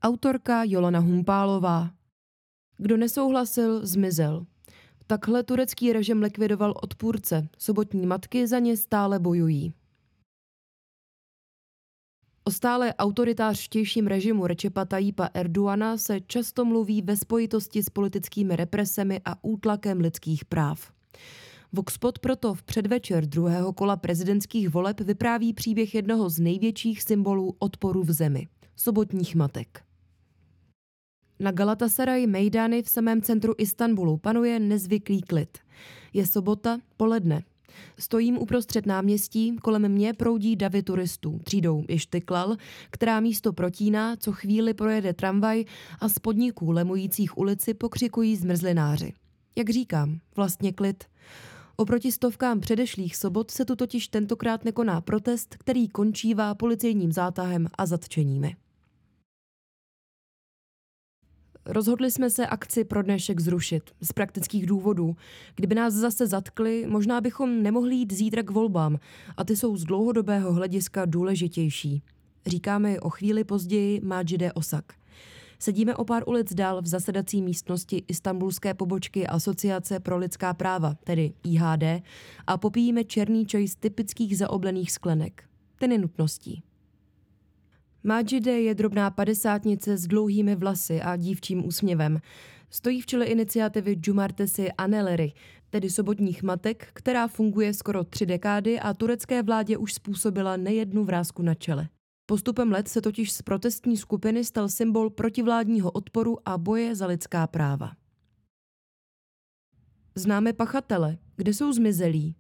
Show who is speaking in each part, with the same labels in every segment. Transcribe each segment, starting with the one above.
Speaker 1: Autorka Jolana Humpálová. Kdo nesouhlasil, zmizel. Takhle turecký režim likvidoval odpůrce. Sobotní matky za ně stále bojují. O stále autoritářštějším režimu Recepa Tayyipa Erdogana se často mluví ve spojitosti s politickými represemi a útlakem lidských práv. Voxpot proto v předvečer druhého kola prezidentských voleb vypráví příběh jednoho z největších symbolů odporu v zemi – sobotních matek. Na Galatasaray Mejdany v samém centru Istanbulu panuje nezvyklý klid. Je sobota, poledne. Stojím uprostřed náměstí, kolem mě proudí davy turistů, třídou Istiklal, která místo protíná, co chvíli projede tramvaj a z podniků lemujících ulici pokřikují zmrzlináři. Jak říkám, vlastně klid. Oproti stovkám předešlých sobot se tu totiž tentokrát nekoná protest, který končívá policejním zátahem a zatčeními. Rozhodli jsme se akci pro dnešek zrušit, z praktických důvodů. Kdyby nás zase zatkli, možná bychom nemohli jít zítra k volbám a ty jsou z dlouhodobého hlediska důležitější. Říkáme o chvíli později Májide Osak. Sedíme o pár ulic dál v zasedací místnosti istanbulské pobočky Asociace pro lidská práva, tedy IHD, a popíjíme černý čaj z typických zaoblených sklenek. Ten je nutností. Májide je drobná padesátnice s dlouhými vlasy a dívčím úsměvem. Stojí v čele iniciativy Cumartesi Anneleri, tedy sobotních matek, která funguje skoro 3 dekády a turecké vládě už způsobila nejednu vrásku na čele. Postupem let se totiž z protestní skupiny stal symbol protivládního odporu a boje za lidská práva. Známe pachatele, kde jsou zmizelí?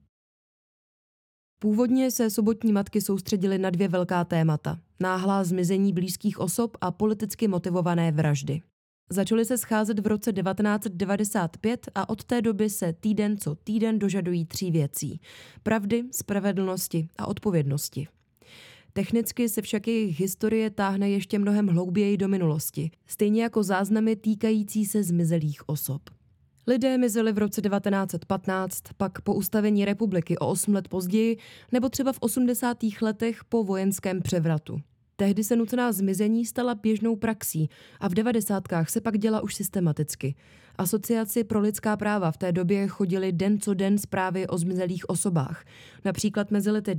Speaker 1: Původně se sobotní matky soustředily na 2 velká témata. Náhlá zmizení blízkých osob a politicky motivované vraždy. Začaly se scházet v roce 1995 a od té doby se týden co týden dožadují 3 věcí. Pravdy, spravedlnosti a odpovědnosti. Technicky se však jejich historie táhne ještě mnohem hlouběji do minulosti, stejně jako záznamy týkající se zmizelých osob. Lidé mizeli v roce 1915, pak po ustavení republiky o 8 let později, nebo třeba v 80. letech po vojenském převratu. Tehdy se nucená zmizení stala běžnou praxí a v 90. se pak děla už systematicky. Asociaci pro lidská práva v té době chodily den co den zprávy o zmizelých osobách. Například mezi lety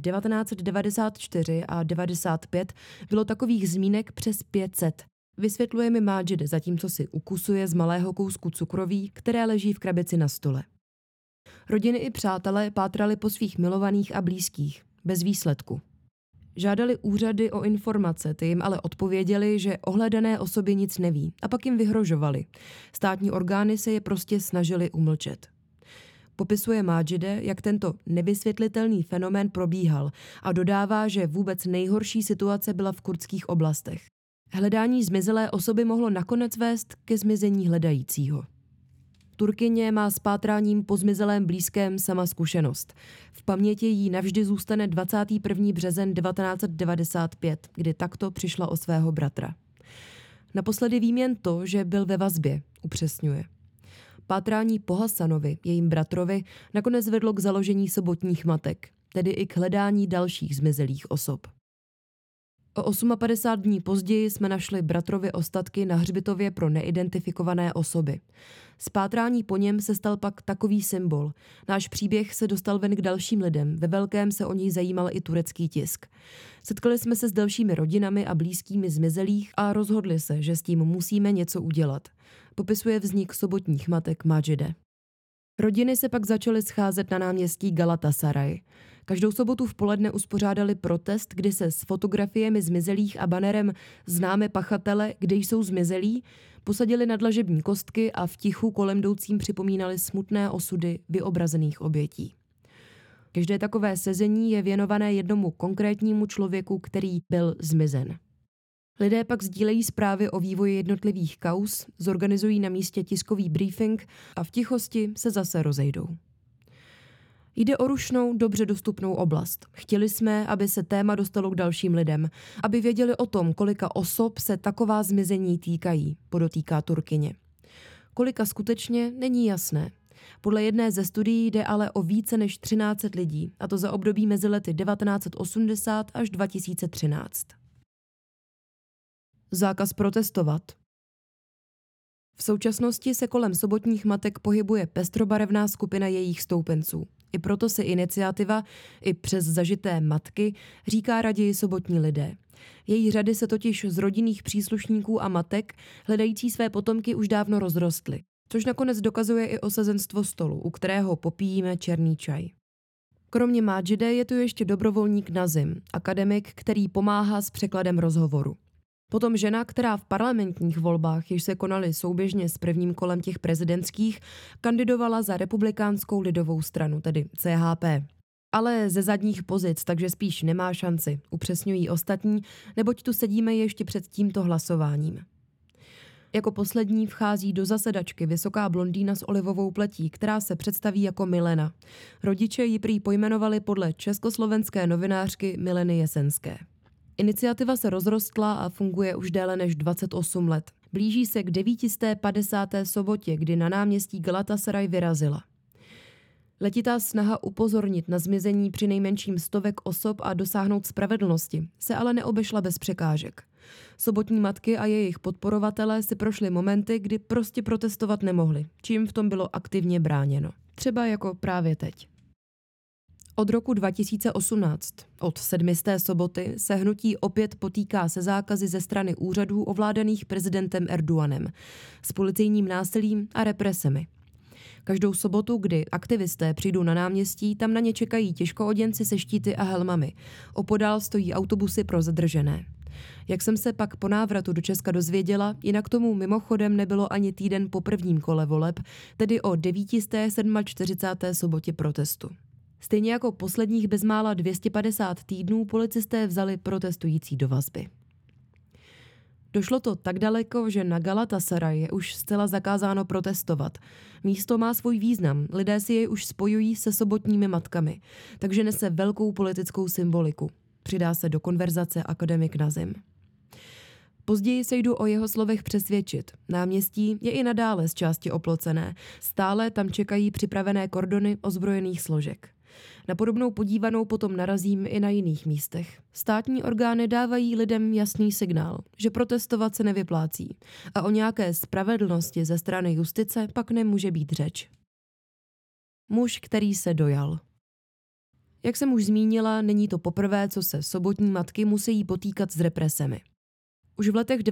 Speaker 1: 1994 a 95 bylo takových zmínek přes 500. Vysvětluje mi Májide, zatímco si ukusuje z malého kousku cukroví, které leží v krabici na stole. Rodiny i přátelé pátrali po svých milovaných a blízkých, bez výsledku. Žádali úřady o informace, ty jim ale odpověděli, že o hledané osobě nic neví, a pak jim vyhrožovali. Státní orgány se je prostě snažili umlčet. Popisuje Májide, jak tento nevysvětlitelný fenomén probíhal a dodává, že vůbec nejhorší situace byla v kurdských oblastech. Hledání zmizelé osoby mohlo nakonec vést ke zmizení hledajícího. Turkyně má s pátráním po zmizelém blízkém sama zkušenost. V paměti jí navždy zůstane 21. březen 1995, kdy takto přišla o svého bratra. Naposledy vím jen to, že byl ve vazbě, upřesňuje. Pátrání po Hasanovi, jejím bratrovi, nakonec vedlo k založení sobotních matek, tedy i k hledání dalších zmizelých osob. O 58 dní později jsme našli bratrovy ostatky na hřbitově pro neidentifikované osoby. Spátrání po něm se stal pak takový symbol. Náš příběh se dostal ven k dalším lidem, ve velkém se o něj zajímal i turecký tisk. Setkali jsme se s dalšími rodinami a blízkými zmizelých a rozhodli se, že s tím musíme něco udělat. Popisuje vznik sobotních matek Májide. Rodiny se pak začaly scházet na náměstí Galatasaray. Každou sobotu v poledne uspořádali protest, kdy se s fotografiemi zmizelých a banerem "Známe pachatele, kde jsou zmizelí" posadili na dlažební kostky a v tichu kolem jdoucím připomínali smutné osudy vyobrazených obětí. Každé takové sezení je věnované jednomu konkrétnímu člověku, který byl zmizen. Lidé pak sdílejí zprávy o vývoji jednotlivých kauz, zorganizují na místě tiskový briefing a v tichosti se zase rozejdou. Jde o rušnou, dobře dostupnou oblast. Chtěli jsme, aby se téma dostalo k dalším lidem, aby věděli o tom, kolika osob se taková zmizení týkají, podotýká Turkyně. Kolika skutečně, není jasné. Podle jedné ze studií jde ale o více než 1300 lidí, a to za období mezi lety 1980 až 2013. Zákaz protestovat. V současnosti se kolem sobotních matek pohybuje pestrobarevná skupina jejich stoupenců. I proto se iniciativa, i přes zažité matky, říká raději sobotní lidé. Její řady se totiž z rodinných příslušníků a matek, hledající své potomky, už dávno rozrostly, což nakonec dokazuje i osazenstvo stolu, u kterého popíjíme černý čaj. Kromě Májide je tu ještě dobrovolník Nazim, akademik, který pomáhá s překladem rozhovoru. Potom žena, která v parlamentních volbách, jež se konaly souběžně s prvním kolem těch prezidentských, kandidovala za Republikánskou lidovou stranu, tedy CHP. Ale ze zadních pozic, takže spíš nemá šanci, upřesňují ostatní, neboť tu sedíme ještě před tímto hlasováním. Jako poslední vchází do zasedačky vysoká blondýna s olivovou pletí, která se představí jako Milena. Rodiče ji prý pojmenovali podle československé novinářky Mileny Jesenské. Iniciativa se rozrostla a funguje už déle než 28 let. Blíží se k 950. sobotě, kdy na náměstí Galatasaray vyrazila. Letitá snaha upozornit na zmizení přinejmenším stovek osob a dosáhnout spravedlnosti se ale neobešla bez překážek. Sobotní matky a jejich podporovatelé si prošli momenty, kdy prostě protestovat nemohli, čím v tom bylo aktivně bráněno. Třeba jako právě teď. Od roku 2018, od 7. soboty, se hnutí opět potýká se zákazy ze strany úřadů ovládaných prezidentem Erdoganem, s policejním násilím a represemi. Každou sobotu, kdy aktivisté přijdou na náměstí, tam na ně čekají těžkooděnci se štíty a helmami. Opodál stojí autobusy pro zadržené. Jak jsem se pak po návratu do Česka dozvěděla, jinak tomu mimochodem nebylo ani týden po prvním kole voleb, tedy o 947. sobotě protestu. Stejně jako posledních bezmála 250 týdnů policisté vzali protestující do vazby. Došlo to tak daleko, že na Galatasaray je už zcela zakázáno protestovat. Místo má svůj význam, lidé si jej už spojují se sobotními matkami, takže nese velkou politickou symboliku. Přidá se do konverzace akademik Nazim. Později se jdu o jeho slovech přesvědčit. Náměstí je i nadále z části oplocené. Stále tam čekají připravené kordony ozbrojených složek. Na podobnou podívanou potom narazím i na jiných místech. Státní orgány dávají lidem jasný signál, že protestovat se nevyplácí a o nějaké spravedlnosti ze strany justice pak nemůže být řeč. Muž, který se dojal. Jak jsem už zmínila, není to poprvé, co se sobotní matky musí potýkat s represemi. Už v letech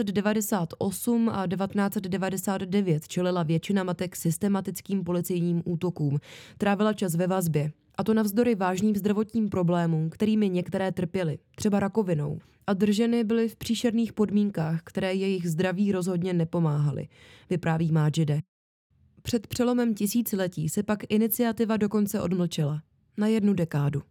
Speaker 1: 1998 a 1999 čelila většina matek systematickým policejním útokům, trávila čas ve vazbě, a to navzdory vážným zdravotním problémům, kterými některé trpěly, třeba rakovinou, a drženy byly v příšerných podmínkách, které jejich zdraví rozhodně nepomáhaly, vypráví Májide. Před přelomem tisíciletí se pak iniciativa dokonce odmlčela, na 1 dekádu.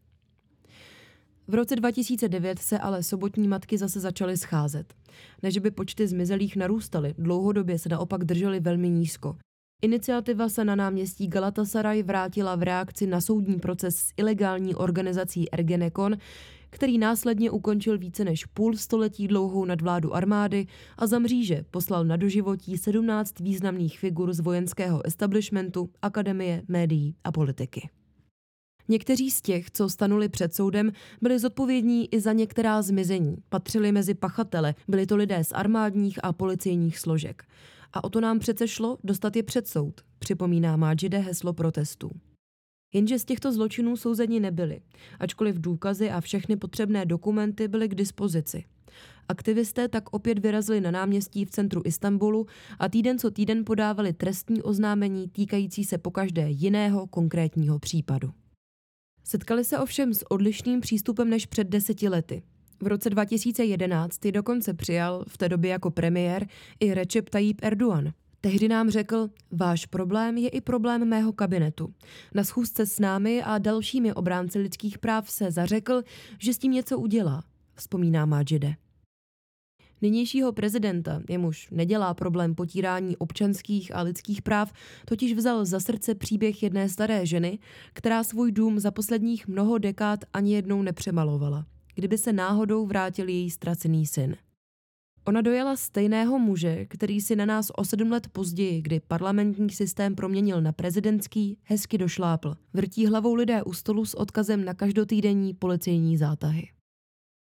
Speaker 1: V roce 2009 se ale sobotní matky zase začaly scházet. Než by počty zmizelých narůstaly, dlouhodobě se naopak držely velmi nízko. Iniciativa se na náměstí Galatasaray vrátila v reakci na soudní proces s ilegální organizací Ergenekon, který následně ukončil více než půl století dlouhou nadvládu armády a za mříže poslal na doživotí 17 významných figur z vojenského establishmentu, akademie, médií a politiky. Někteří z těch, co stanuli před soudem, byli zodpovědní i za některá zmizení, patřili mezi pachatele, byli to lidé z armádních a policejních složek. A o to nám přece šlo dostat je před soud, připomíná Májide heslo protestů. Jenže z těchto zločinů souzeni nebyli, ačkoliv důkazy a všechny potřebné dokumenty byly k dispozici. Aktivisté tak opět vyrazili na náměstí v centru Istanbulu a týden co týden podávali trestní oznámení týkající se pokaždé jiného konkrétního případu. Setkali se ovšem s odlišným přístupem než před 10 lety. V roce 2011 ji dokonce přijal, v té době jako premiér, i Recep Tayyip Erdogan. Tehdy nám řekl, váš problém je i problém mého kabinetu. Na schůzce s námi a dalšími obránci lidských práv se zařekl, že s tím něco udělá, vzpomíná Májide. Nynějšího prezidenta, jemuž nedělá problém potírání občanských a lidských práv, totiž vzal za srdce příběh jedné staré ženy, která svůj dům za posledních mnoho dekád ani jednou nepřemalovala, kdyby se náhodou vrátil její ztracený syn. Ona dojela stejného muže, který si na nás o 7 let později, kdy parlamentní systém proměnil na prezidentský, hezky došlápl. Vrtí hlavou lidé u stolu s odkazem na každotýdenní policejní zátahy.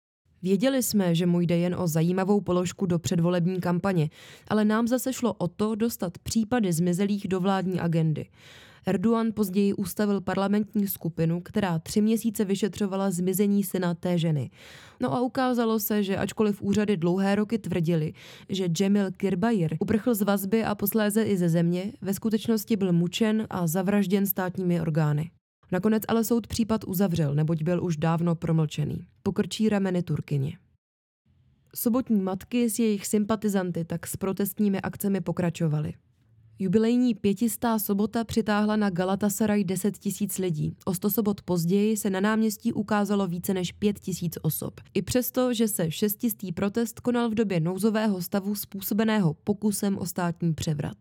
Speaker 1: Věděli jsme, že mu jde jen o zajímavou položku do předvolební kampaně, ale nám zase šlo o to dostat případy zmizelých do vládní agendy. Erdogan později ustavil parlamentní skupinu, která 3 měsíce vyšetřovala zmizení syna té ženy. No a ukázalo se, že ačkoliv úřady dlouhé roky tvrdili, že Cemil Kırbayır uprchl z vazby a posléze i ze země, ve skutečnosti byl mučen a zavražděn státními orgány. Nakonec ale soud případ uzavřel, neboť byl už dávno promlčený. Pokrčí rameny Turkyně. Sobotní matky s jejich sympatizanty tak s protestními akcemi pokračovaly. Jubilejní 500. sobota přitáhla na Galatasaray 10 000 lidí. O 100 sobot později se na náměstí ukázalo více než 5 000 osob. I přesto, že se 600. protest konal v době nouzového stavu způsobeného pokusem o státní převrat.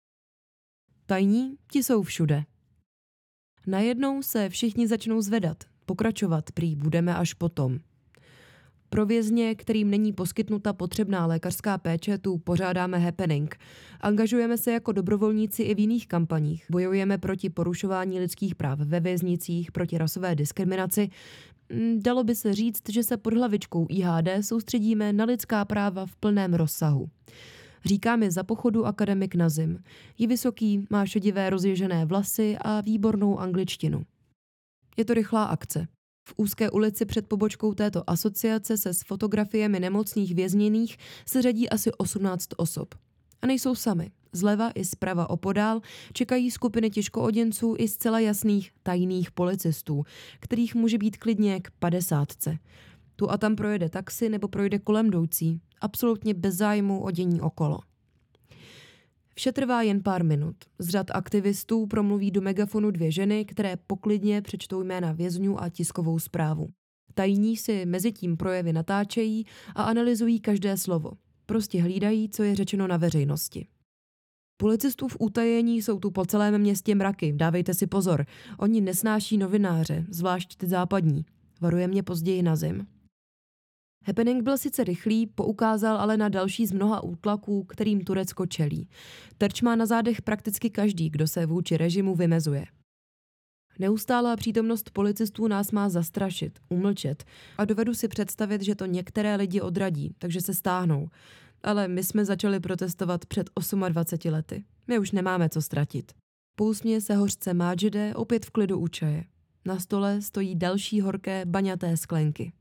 Speaker 1: Tajní, ti jsou všude. Najednou se všichni začnou zvedat. Pokračovat prý budeme až potom. Pro vězně, kterým není poskytnuta potřebná lékařská péče, tu pořádáme happening. Angažujeme se jako dobrovolníci i v jiných kampaních. Bojujeme proti porušování lidských práv ve věznicích, proti rasové diskriminaci. Dalo by se říct, že se pod hlavičkou IHD soustředíme na lidská práva v plném rozsahu. Říká mi za pochodu akademik Nazim. Je vysoký, má šedivé rozježené vlasy a výbornou angličtinu. Je to rychlá akce. V úzké ulici před pobočkou této asociace se s fotografiemi nemocných vězněných se řadí asi 18 osob. A nejsou sami. Zleva i zprava opodál čekají skupiny těžkooděnců i zcela jasných tajných policistů, kterých může být klidně k 50. Tu a tam projede taxi nebo projde kolem jdoucí, absolutně bez zájmu o dění okolo. Vše trvá jen pár minut. Z řad aktivistů promluví do megafonu 2 ženy, které poklidně přečtou jména vězňů a tiskovou zprávu. Tajní si mezitím projevy natáčejí a analyzují každé slovo. Prostě hlídají, co je řečeno na veřejnosti. Policistů v utajení jsou tu po celém městě mraky, dávejte si pozor. Oni nesnáší novináře, zvlášť ty západní. Varuje mě později Nazim. Happening byl sice rychlý, poukázal ale na další z mnoha útlaků, kterým Turecko čelí. Terč má na zádech prakticky každý, kdo se vůči režimu vymezuje. Neustálá přítomnost policistů nás má zastrašit, umlčet a dovedu si představit, že to některé lidi odradí, takže se stáhnou. Ale my jsme začali protestovat před 28 lety. My už nemáme co ztratit. Pousměje se hořce Májide opět v klidu u čaje. Na stole stojí další horké baňaté sklenky.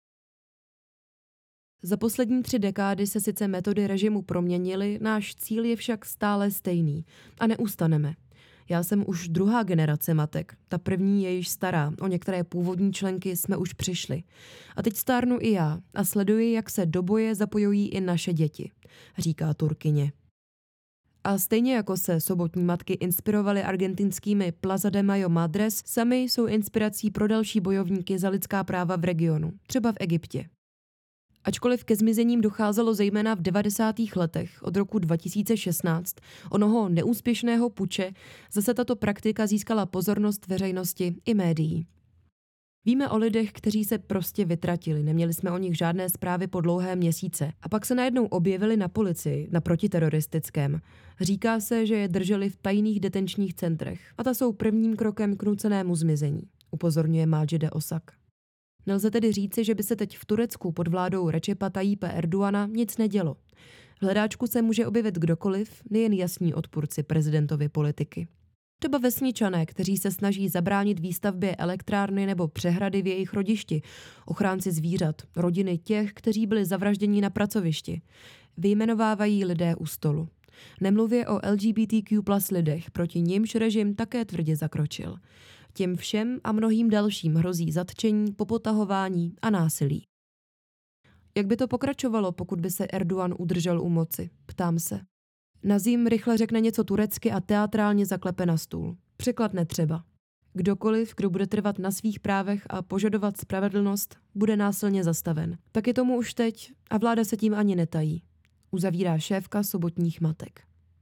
Speaker 1: Za poslední 3 dekády se sice metody režimu proměnily, náš cíl je však stále stejný a neustaneme. Já jsem už 2. generace matek, ta první je již stará, o některé původní členky jsme už přišli. A teď stárnu i já a sleduji, jak se do boje zapojují i naše děti, říká Turkyně. A stejně jako se sobotní matky inspirovaly argentinskými Plaza de Mayo Madres, sami jsou inspirací pro další bojovníky za lidská práva v regionu, třeba v Egyptě. Ačkoliv ke zmizením docházelo zejména v 90. letech od roku 2016, onoho neúspěšného puče, zase tato praktika získala pozornost veřejnosti i médií. Víme o lidech, kteří se prostě vytratili, neměli jsme o nich žádné zprávy po dlouhé měsíce a pak se najednou objevili na policii, na protiteroristickém. Říká se, že je drželi v tajných detenčních centrech a ta jsou prvním krokem k nucenému zmizení, upozorňuje Májide Osak. Nelze tedy říci, že by se teď v Turecku pod vládou Recepa Tayyipa Erdogana nic nedělo. V hledáčku se může objevit kdokoliv, nejen jasní odpůrci prezidentovy politiky. Třeba vesničané, kteří se snaží zabránit výstavbě elektrárny nebo přehrady v jejich rodišti, ochránci zvířat, rodiny těch, kteří byli zavražděni na pracovišti. Vyjmenovávají lidé u stolu. Nemluvě o LGBTQ+ lidech, proti nimž režim také tvrdě zakročil. Těm všem a mnohým dalším hrozí zatčení, popotahování a násilí. Jak by to pokračovalo, pokud by se Erdogan udržel u moci? Ptám se. Nazim rychle řekne něco turecky a teatrálně zaklepe na stůl. Překlad netřeba. Kdokoliv, kdo bude trvat na svých právech a požadovat spravedlnost, bude násilně zastaven. Tak je tomu už teď a vláda se tím ani netají. Uzavírá šéfka sobotních matek.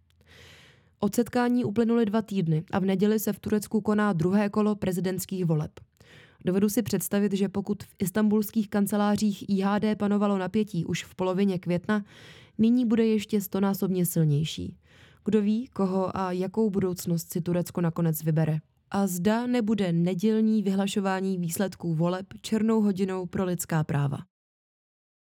Speaker 1: Od setkání uplynuly 2 týdny a v neděli se v Turecku koná 2. kolo prezidentských voleb. Dovedu si představit, že pokud v istanbulských kancelářích IHD panovalo napětí už v polovině května, nyní bude ještě 100násobně silnější. Kdo ví, koho a jakou budoucnost si Turecko nakonec vybere. A zda nebude nedělní vyhlašování výsledků voleb černou hodinou pro lidská práva.